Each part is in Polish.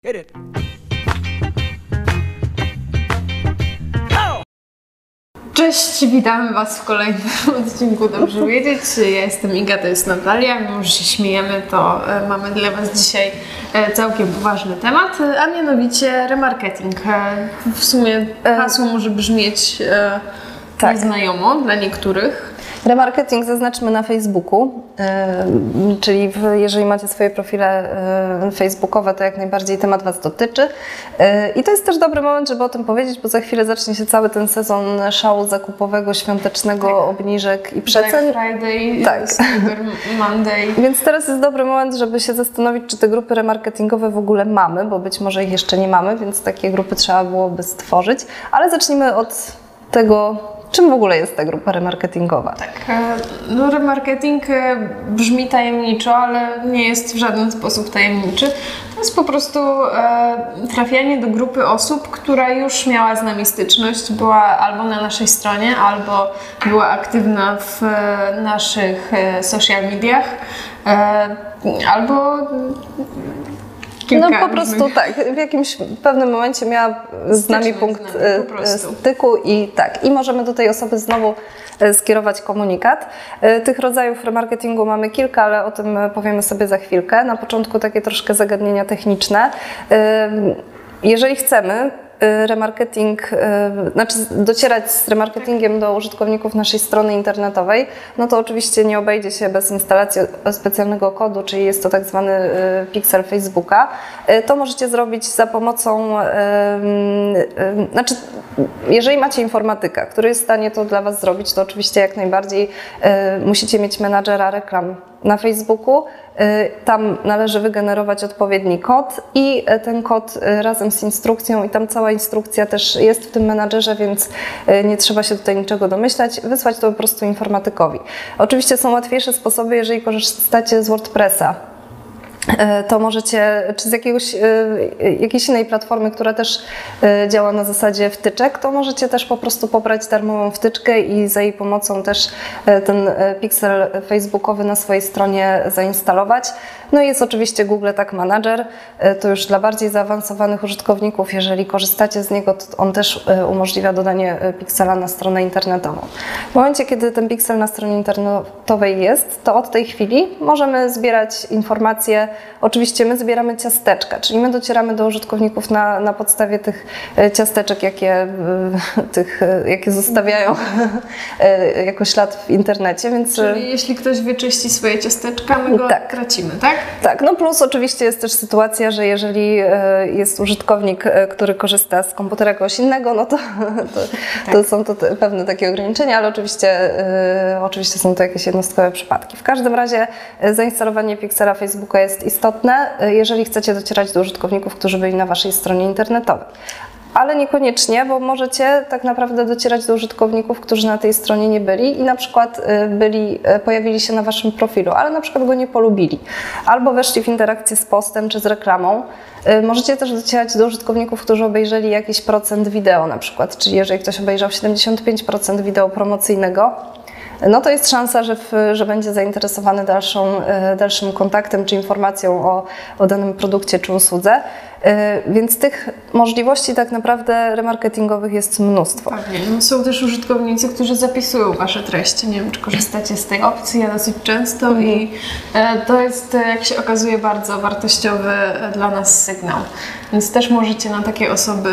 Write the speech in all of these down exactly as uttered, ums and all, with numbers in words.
Hit it. Cześć, witamy Was w kolejnym odcinku Dobrze Wiedzieć. Ja jestem Iga, to jest Natalia. Mimo, że się śmiejemy, to mamy dla Was dzisiaj całkiem poważny temat, a mianowicie remarketing. W sumie hasło może brzmieć tak nieznajomo dla niektórych. Remarketing zaznaczmy na Facebooku, yy, czyli w, jeżeli macie swoje profile yy, facebookowe, to jak najbardziej temat Was dotyczy. Yy, I to jest też dobry moment, żeby o tym powiedzieć, bo za chwilę zacznie się cały ten sezon szału zakupowego, świątecznego, tak. obniżek i przecen. Black Friday, tak. Cyber Monday. Więc teraz jest dobry moment, żeby się zastanowić, czy te grupy remarketingowe w ogóle mamy, bo być może ich jeszcze nie mamy, więc takie grupy trzeba byłoby stworzyć. Ale zacznijmy od tego, czym w ogóle jest ta grupa remarketingowa? Tak, no remarketing brzmi tajemniczo, ale nie jest w żaden sposób tajemniczy. To jest po prostu e, trafianie do grupy osób, która już miała z nami styczność, była albo na naszej stronie, albo była aktywna w e, naszych e, social mediach, e, albo No po prostu różnych. tak, w jakimś pewnym momencie miała z nami punkt z nami, styku i tak, i możemy do tej osoby znowu skierować komunikat. Tych rodzajów remarketingu mamy kilka, ale o tym powiemy sobie za chwilkę. Na początku takie troszkę zagadnienia techniczne. Jeżeli chcemy remarketing, znaczy docierać z remarketingiem do użytkowników naszej strony internetowej, no to oczywiście nie obejdzie się bez instalacji specjalnego kodu, czyli jest to tak zwany piksel Facebooka. To możecie zrobić za pomocą, znaczy jeżeli macie informatyka, który jest w stanie to dla Was zrobić, to oczywiście jak najbardziej musicie mieć menadżera reklam na Facebooku. Tam należy wygenerować odpowiedni kod i ten kod razem z instrukcją i tam cała instrukcja też jest w tym menadżerze, więc nie trzeba się tutaj niczego domyślać, wysłać to po prostu informatykowi. Oczywiście są łatwiejsze sposoby, jeżeli korzystacie z WordPressa. To możecie, czy z jakiegoś, jakiejś innej platformy, która też działa na zasadzie wtyczek, to możecie też po prostu pobrać darmową wtyczkę i za jej pomocą też ten piksel facebookowy na swojej stronie zainstalować. No i jest oczywiście Google Tag Manager, to już dla bardziej zaawansowanych użytkowników, jeżeli korzystacie z niego, to on też umożliwia dodanie piksela na stronę internetową. W momencie, kiedy ten piksel na stronie internetowej jest, to od tej chwili możemy zbierać informacje. Oczywiście my zbieramy ciasteczka, czyli my docieramy do użytkowników na, na podstawie tych ciasteczek, jakie, tych, jakie zostawiają jako ślad w internecie. Więc... Czyli jeśli ktoś wyczyści swoje ciasteczka, my go tak. tracimy, tak? Tak, no plus oczywiście jest też sytuacja, że jeżeli jest użytkownik, który korzysta z komputera kogoś innego, no to, to, tak. to są to te, pewne takie ograniczenia, ale oczywiście, oczywiście są to jakieś jednostkowe przypadki. W każdym razie zainstalowanie piksela Facebooka jest istotne, jeżeli chcecie docierać do użytkowników, którzy byli na Waszej stronie internetowej. Ale niekoniecznie, bo możecie tak naprawdę docierać do użytkowników, którzy na tej stronie nie byli i na przykład byli, pojawili się na Waszym profilu, ale na przykład go nie polubili. Albo weszli w interakcję z postem czy z reklamą. Możecie też docierać do użytkowników, którzy obejrzeli jakiś procent wideo na przykład, czyli jeżeli ktoś obejrzał siedemdziesiąt pięć procent wideo promocyjnego, no to jest szansa, że, w, że będzie zainteresowany dalszą, dalszym kontaktem czy informacją o, o danym produkcie czy usłudze. Więc tych możliwości tak naprawdę remarketingowych jest mnóstwo. Pewnie. No są też użytkownicy, którzy zapisują Wasze treści. Nie wiem, czy korzystacie z tej opcji, ja dosyć często mhm. i to jest, jak się okazuje, bardzo wartościowy dla nas sygnał. Więc też możecie na takie osoby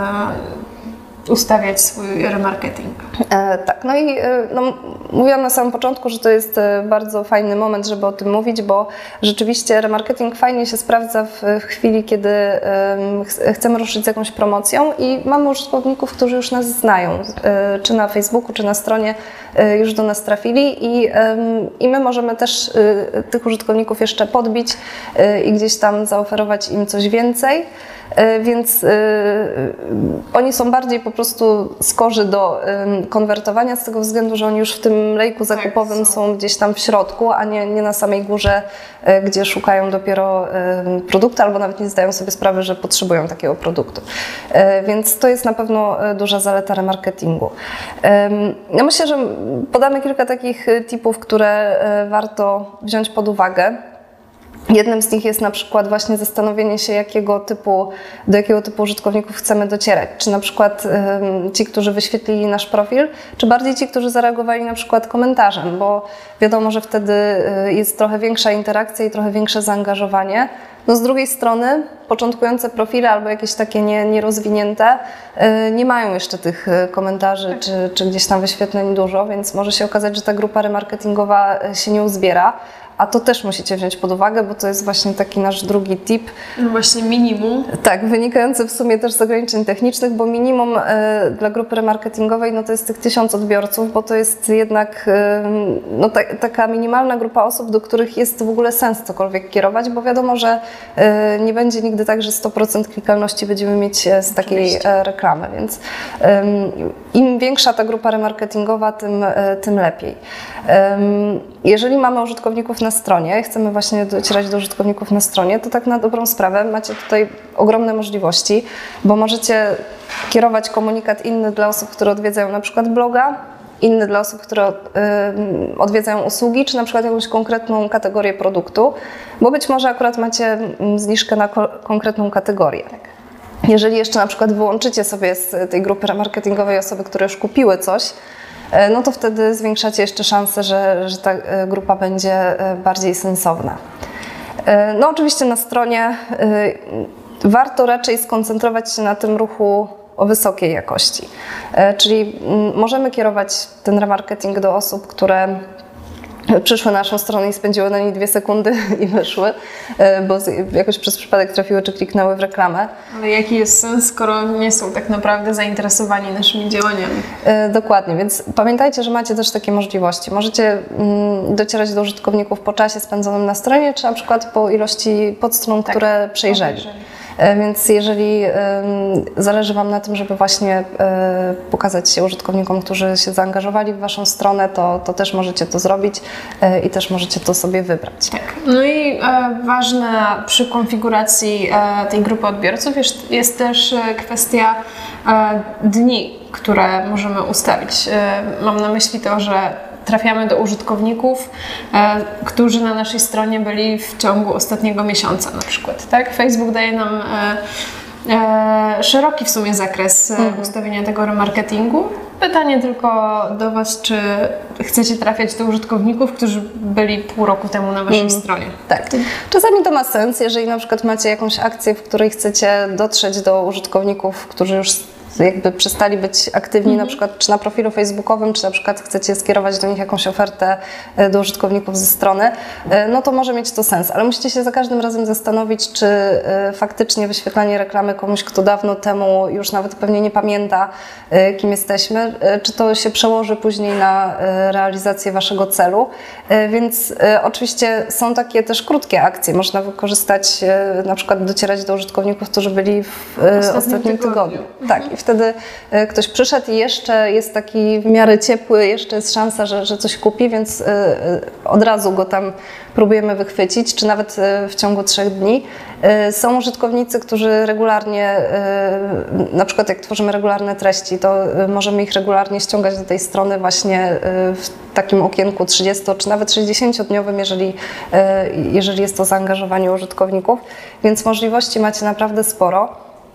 ustawiać swój remarketing. E, tak, no i no, mówiłam na samym początku, że to jest bardzo fajny moment, żeby o tym mówić, bo rzeczywiście remarketing fajnie się sprawdza w, w chwili, kiedy um, ch chcemy ruszyć z jakąś promocją i mamy użytkowników, którzy już nas znają, e, czy na Facebooku, czy na stronie e, już do nas trafili i, e, i my możemy też e, tych użytkowników jeszcze podbić e, i gdzieś tam zaoferować im coś więcej. Więc y, oni są bardziej po prostu skorzy do y, konwertowania z tego względu, że oni już w tym lejku zakupowym tak, są. są gdzieś tam w środku, a nie, nie na samej górze, y, gdzie szukają dopiero y, produktu albo nawet nie zdają sobie sprawy, że potrzebują takiego produktu. Y, więc to jest na pewno duża zaleta remarketingu. Y, ja myślę, że podamy kilka takich tipów, które y, warto wziąć pod uwagę. Jednym z nich jest na przykład właśnie zastanowienie się, jakiego typu, do jakiego typu użytkowników chcemy docierać. Czy na przykład y, ci, którzy wyświetlili nasz profil, czy bardziej ci, którzy zareagowali na przykład komentarzem, bo wiadomo, że wtedy y, jest trochę większa interakcja i trochę większe zaangażowanie. No z drugiej strony początkujące profile albo jakieś takie nie, nierozwinięte y, nie mają jeszcze tych komentarzy czy, czy gdzieś tam wyświetleń dużo, więc może się okazać, że ta grupa remarketingowa się nie uzbiera. A to też musicie wziąć pod uwagę, bo to jest właśnie taki nasz drugi tip. No właśnie minimum. Tak, wynikający w sumie też z ograniczeń technicznych, bo minimum y, dla grupy remarketingowej no to jest tych tysiąc odbiorców, bo to jest jednak y, no, ta, taka minimalna grupa osób, do których jest w ogóle sens cokolwiek kierować, bo wiadomo, że y, nie będzie nigdy tak, że sto procent klikalności będziemy mieć z takiej Oczywiście. reklamy, więc y, im większa ta grupa remarketingowa, tym, y, tym lepiej. Y, jeżeli mamy użytkowników na stronie, chcemy właśnie docierać do użytkowników na stronie, to tak na dobrą sprawę macie tutaj ogromne możliwości, bo możecie kierować komunikat inny dla osób, które odwiedzają na przykład bloga, inny dla osób, które y, odwiedzają usługi, czy na przykład jakąś konkretną kategorię produktu, bo być może akurat macie zniżkę na ko- konkretną kategorię. Jeżeli jeszcze na przykład wyłączycie sobie z tej grupy remarketingowej osoby, które już kupiły coś, no to wtedy zwiększacie jeszcze szansę, że, że ta grupa będzie bardziej sensowna. No oczywiście na stronie warto raczej skoncentrować się na tym ruchu o wysokiej jakości. Czyli możemy kierować ten remarketing do osób, które przyszły na naszą stronę i spędziły na niej dwie sekundy i wyszły, bo jakoś przez przypadek trafiły czy kliknęły w reklamę. Ale jaki jest sens, skoro nie są tak naprawdę zainteresowani naszymi działaniami? Dokładnie, więc pamiętajcie, że macie też takie możliwości. Możecie docierać do użytkowników po czasie spędzonym na stronie, czy na przykład po ilości podstron, tak, które przejrzeli. Więc jeżeli y, zależy Wam na tym, żeby właśnie y, pokazać się użytkownikom, którzy się zaangażowali w Waszą stronę, to, to też możecie to zrobić y, i też możecie to sobie wybrać. Tak. No i e, ważne przy konfiguracji e, tej grupy odbiorców jest, jest też kwestia e, dni, które możemy ustawić. E, mam na myśli to, że trafiamy do użytkowników, e, którzy na naszej stronie byli w ciągu ostatniego miesiąca na przykład. Tak? Facebook daje nam e, e, szeroki w sumie zakres mhm. ustawienia tego remarketingu. Pytanie tylko do Was, czy chcecie trafiać do użytkowników, którzy byli pół roku temu na Waszej mhm. stronie? Tak. Czasami to ma sens, jeżeli na przykład macie jakąś akcję, w której chcecie dotrzeć do użytkowników, którzy już jakby przestali być aktywni mm-hmm. na przykład czy na profilu facebookowym, czy na przykład chcecie skierować do nich jakąś ofertę do użytkowników ze strony, no to może mieć to sens, ale musicie się za każdym razem zastanowić, czy faktycznie wyświetlanie reklamy komuś, kto dawno temu już nawet pewnie nie pamięta, kim jesteśmy, czy to się przełoży później na realizację Waszego celu, więc oczywiście są takie też krótkie akcje, można wykorzystać, na przykład docierać do użytkowników, którzy byli w ostatnim, ostatnim tygodniu. tygodniu. Tak, i wtedy ktoś przyszedł i jeszcze jest taki w miarę ciepły, jeszcze jest szansa, że, że coś kupi, więc od razu go tam próbujemy wychwycić, czy nawet w ciągu trzech dni. Są użytkownicy, którzy regularnie, na przykład jak tworzymy regularne treści, to możemy ich regularnie ściągać do tej strony właśnie w takim okienku trzydziesto czy nawet sześćdziesięciodniowym, jeżeli, jeżeli jest to zaangażowanie użytkowników, więc możliwości macie naprawdę sporo.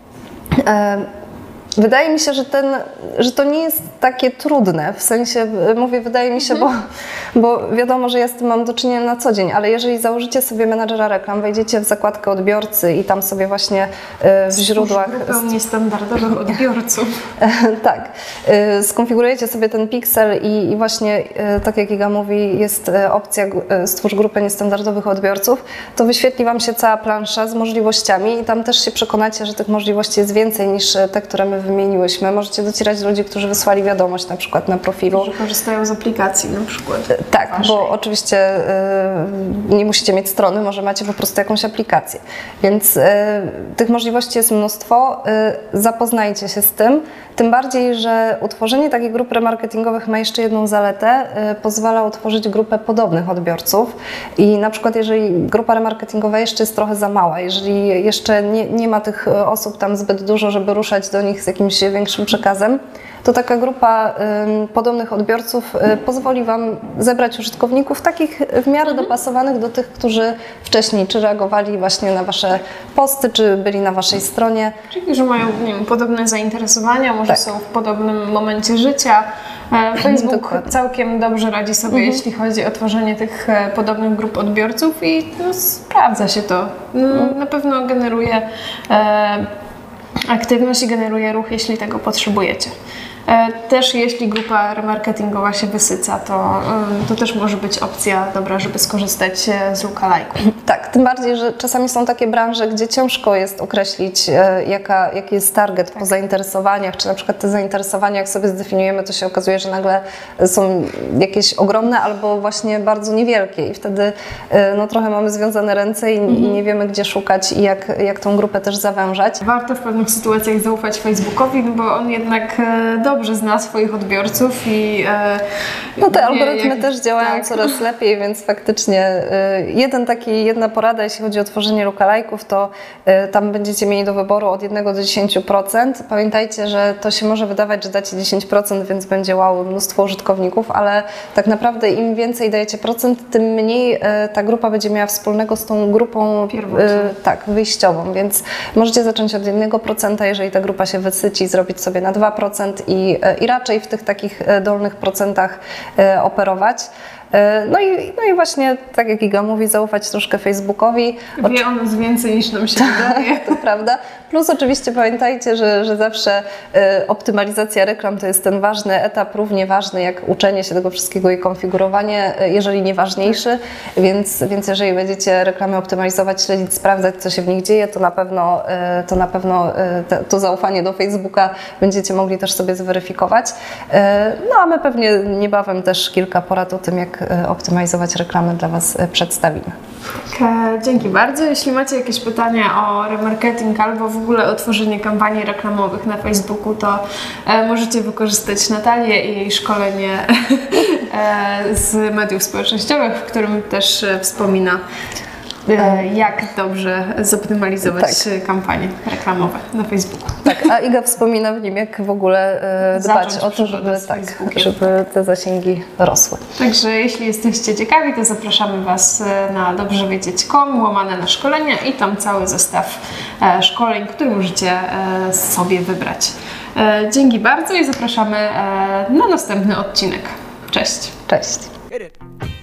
Wydaje mi się, że, ten, że to nie jest takie trudne, w sensie, mówię, wydaje mi się, bo, bo wiadomo, że ja z tym mam do czynienia na co dzień, ale jeżeli założycie sobie menadżera reklam, wejdziecie w zakładkę odbiorcy i tam sobie właśnie w źródłach... Grupę niestandardowych odbiorców. Tak. Skonfigurujecie sobie ten piksel i, i właśnie, tak jak Iga mówi, jest opcja stwórz grupę niestandardowych odbiorców, to wyświetli Wam się cała plansza z możliwościami i tam też się przekonacie, że tych możliwości jest więcej niż te, które my wymieniłyśmy. Możecie docierać do ludzi, którzy wysłali wiadomość na przykład na profilu. Którzy korzystają z aplikacji na przykład. Tak, waszej. Bo oczywiście y, nie musicie mieć strony, może macie po prostu jakąś aplikację. Więc y, tych możliwości jest mnóstwo. Y, zapoznajcie się z tym. Tym bardziej, że utworzenie takich grup remarketingowych ma jeszcze jedną zaletę. Y, pozwala utworzyć grupę podobnych odbiorców i na przykład jeżeli grupa remarketingowa jeszcze jest trochę za mała, jeżeli jeszcze nie, nie ma tych osób tam zbyt dużo, żeby ruszać do nich z jakimś większym przekazem, to taka grupa y, podobnych odbiorców y, pozwoli Wam zebrać użytkowników takich w miarę mhm. dopasowanych do tych, którzy wcześniej czy reagowali właśnie na Wasze posty, czy byli na Waszej stronie. Czyli, że mają nie wiem, podobne zainteresowania, może tak. są w podobnym momencie życia. Facebook Dokładnie. całkiem dobrze radzi sobie, mhm. jeśli chodzi o tworzenie tych podobnych grup odbiorców i no, sprawdza się to. No, mhm. Na pewno generuje e, aktywność i generuje ruch, jeśli tego potrzebujecie. Też jeśli grupa remarketingowa się wysyca, to, to też może być opcja dobra, żeby skorzystać z lookalike'ów. Tak, tym bardziej, że czasami są takie branże, gdzie ciężko jest określić, jaka, jaki jest target tak. po zainteresowaniach, czy na przykład te zainteresowania, jak sobie zdefiniujemy, to się okazuje, że nagle są jakieś ogromne albo właśnie bardzo niewielkie i wtedy no, trochę mamy związane ręce i, mhm. i nie wiemy, gdzie szukać i jak, jak tą grupę też zawężać. Warto w pewnych sytuacjach zaufać Facebookowi, no bo on jednak dobrze zna swoich odbiorców i... E, no te algorytmy jak, też działają tak. coraz lepiej, więc faktycznie e, jeden taki, jedna porada, jeśli chodzi o tworzenie lookalike'ów, to e, tam będziecie mieli do wyboru od jednego do dziesięciu procent. Pamiętajcie, że to się może wydawać, że dacie dziesięć procent, więc będzie wow, mnóstwo użytkowników, ale tak naprawdę im więcej dajecie procent, tym mniej e, ta grupa będzie miała wspólnego z tą grupą e, tak, wyjściową, więc możecie zacząć od jednego procenta, jeżeli ta grupa się wysyci, zrobić sobie na dwa procent i I, i raczej w tych takich dolnych procentach e, operować. E, no, i, no i właśnie, tak jak Iga mówi, zaufać troszkę Facebookowi. Wie o nas więcej niż nam się wydaje. To prawda. Plus oczywiście pamiętajcie, że, że zawsze e, optymalizacja reklam to jest ten ważny etap, równie ważny jak uczenie się tego wszystkiego i konfigurowanie, e, jeżeli nie ważniejszy. Więc, więc jeżeli będziecie reklamy optymalizować, śledzić, sprawdzać, co się w nich dzieje, to na pewno, e, to, na pewno e, te, to zaufanie do Facebooka będziecie mogli też sobie zweryfikować. E, no a my pewnie niebawem też kilka porad o tym, jak optymalizować reklamy dla Was przedstawimy. Tak, dzięki bardzo. Jeśli macie jakieś pytania o remarketing albo w ogóle o tworzenie kampanii reklamowych na Facebooku, to e, możecie wykorzystać Natalię i jej szkolenie e, z mediów społecznościowych, w którym też e, wspomina E, jak dobrze zoptymalizować tak. kampanie reklamowe na Facebooku. Tak, a Iga wspomina w nim, jak w ogóle e, dbać o to, żeby, tak, żeby te zasięgi rosły. Także jeśli jesteście ciekawi, to zapraszamy Was na dobrze wiedzieć kropka com, łamane na szkolenia i tam cały zestaw e, szkoleń, który możecie e, sobie wybrać. E, dzięki bardzo i zapraszamy e, na następny odcinek. Cześć! Cześć!